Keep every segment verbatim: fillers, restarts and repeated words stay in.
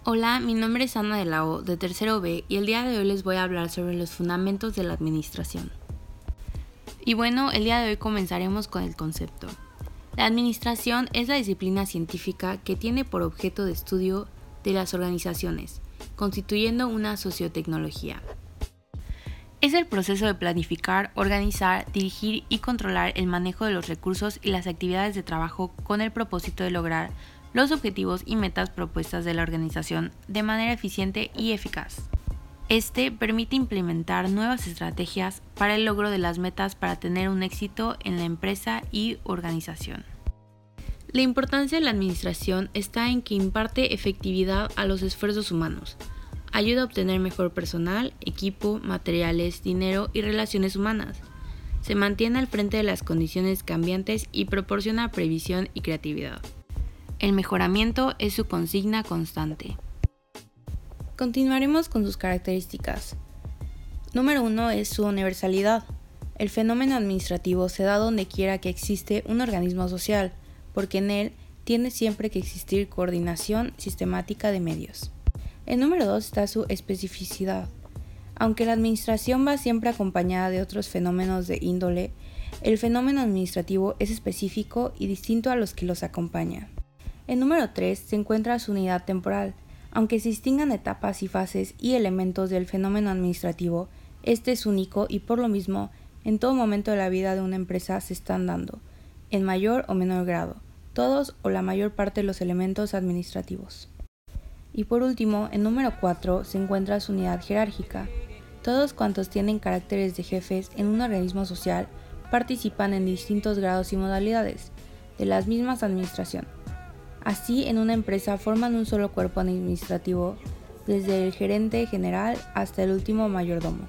Hola, mi nombre es Ana de la O, de tercero B, y el día de hoy les voy a hablar sobre los fundamentos de la administración. Y bueno, el día de hoy comenzaremos con el concepto. La administración es la disciplina científica que tiene por objeto de estudio de las organizaciones, constituyendo una sociotecnología. Es el proceso de planificar, organizar, dirigir y controlar el manejo de los recursos y las actividades de trabajo con el propósito de lograr los objetivos y metas propuestas de la organización de manera eficiente y eficaz. Este permite implementar nuevas estrategias para el logro de las metas para tener un éxito en la empresa y organización. La importancia de la administración está en que imparte efectividad a los esfuerzos humanos, ayuda a obtener mejor personal, equipo, materiales, dinero y relaciones humanas. Se mantiene al frente de las condiciones cambiantes y proporciona previsión y creatividad. El mejoramiento es su consigna constante. Continuaremos con sus características. Número uno es su universalidad. El fenómeno administrativo se da donde quiera que existe un organismo social, porque en él tiene siempre que existir coordinación sistemática de medios. El número dos está su especificidad. Aunque la administración va siempre acompañada de otros fenómenos de índole, el fenómeno administrativo es específico y distinto a los que los acompañan. El número tres se encuentra su unidad temporal. Aunque se distingan etapas y fases y elementos del fenómeno administrativo, este es único y por lo mismo, en todo momento de la vida de una empresa se están dando, en mayor o menor grado, todos o la mayor parte de los elementos administrativos. Y por último, en número cuatro se encuentra su unidad jerárquica. Todos cuantos tienen caracteres de jefes en un organismo social participan en distintos grados y modalidades de las mismas administración. Así, en una empresa forman un solo cuerpo administrativo, desde el gerente general hasta el último mayordomo.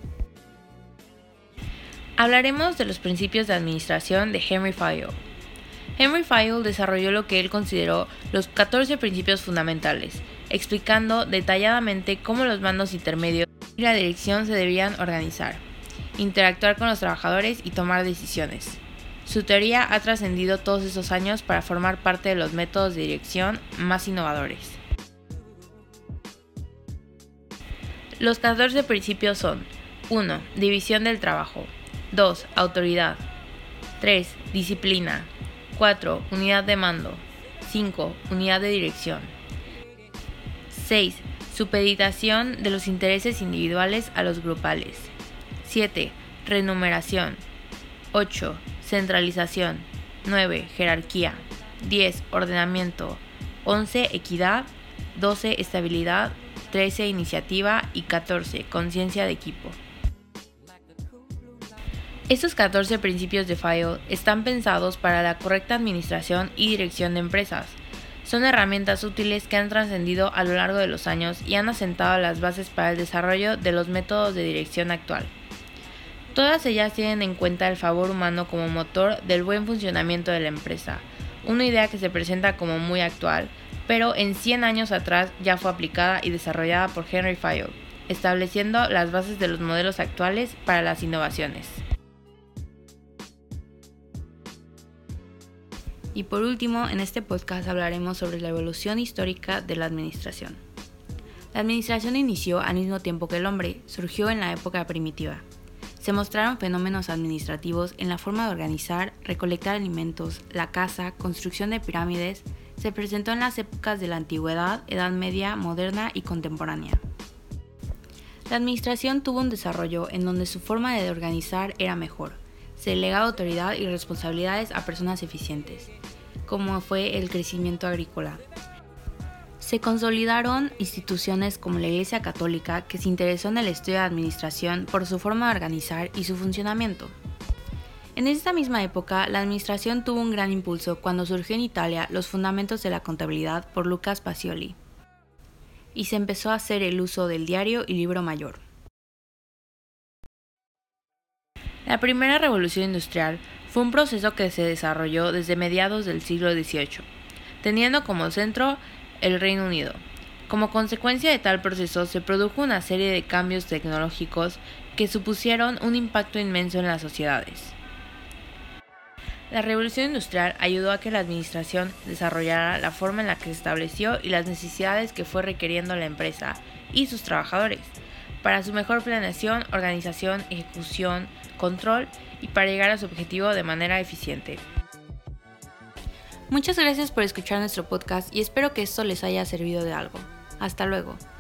Hablaremos de los principios de administración de Henry Fayol. Henry Fayol desarrolló lo que él consideró los catorce principios fundamentales, explicando detalladamente cómo los mandos intermedios y la dirección se debían organizar, interactuar con los trabajadores y tomar decisiones. Su teoría ha trascendido todos esos años para formar parte de los métodos de dirección más innovadores. Los catorce principios son: uno. División del trabajo. dos. Autoridad. tres. Disciplina. cuatro. Unidad de mando. cinco. Unidad de dirección. seis. Supeditación de los intereses individuales a los grupales. siete. Renumeración. ocho. Centralización. nueve. Jerarquía. diez. Ordenamiento. once. Equidad. doce. Estabilidad. trece. Iniciativa. Y catorce. Conciencia de equipo. Estos catorce principios de Fayol están pensados para la correcta administración y dirección de empresas. Son herramientas útiles que han trascendido a lo largo de los años y han asentado las bases para el desarrollo de los métodos de dirección actual. Todas ellas tienen en cuenta el favor humano como motor del buen funcionamiento de la empresa, una idea que se presenta como muy actual, pero en cien años atrás ya fue aplicada y desarrollada por Henry Fayol, estableciendo las bases de los modelos actuales para las innovaciones. Y por último, en este podcast hablaremos sobre la evolución histórica de la administración. La administración inició al mismo tiempo que el hombre, surgió en la época primitiva. Se mostraron fenómenos administrativos en la forma de organizar, recolectar alimentos, la caza, construcción de pirámides. Se presentó en las épocas de la antigüedad, Edad Media, moderna y contemporánea. La administración tuvo un desarrollo en donde su forma de organizar era mejor. Se delegaba autoridad y responsabilidades a personas eficientes, como fue el crecimiento agrícola. Se consolidaron instituciones como la Iglesia Católica, que se interesó en el estudio de administración por su forma de organizar y su funcionamiento. En esta misma época, la administración tuvo un gran impulso cuando surgió en Italia los fundamentos de la contabilidad por Lucas Pacioli, y se empezó a hacer el uso del diario y libro mayor. La primera revolución industrial fue un proceso que se desarrolló desde mediados del siglo dieciocho, teniendo como centro el Reino Unido. Como consecuencia de tal proceso se produjo una serie de cambios tecnológicos que supusieron un impacto inmenso en las sociedades. La revolución industrial ayudó a que la administración desarrollara la forma en la que se estableció y las necesidades que fue requiriendo la empresa y sus trabajadores, para su mejor planeación, organización, ejecución, control y para llegar a su objetivo de manera eficiente. Muchas gracias por escuchar nuestro podcast y espero que esto les haya servido de algo. Hasta luego.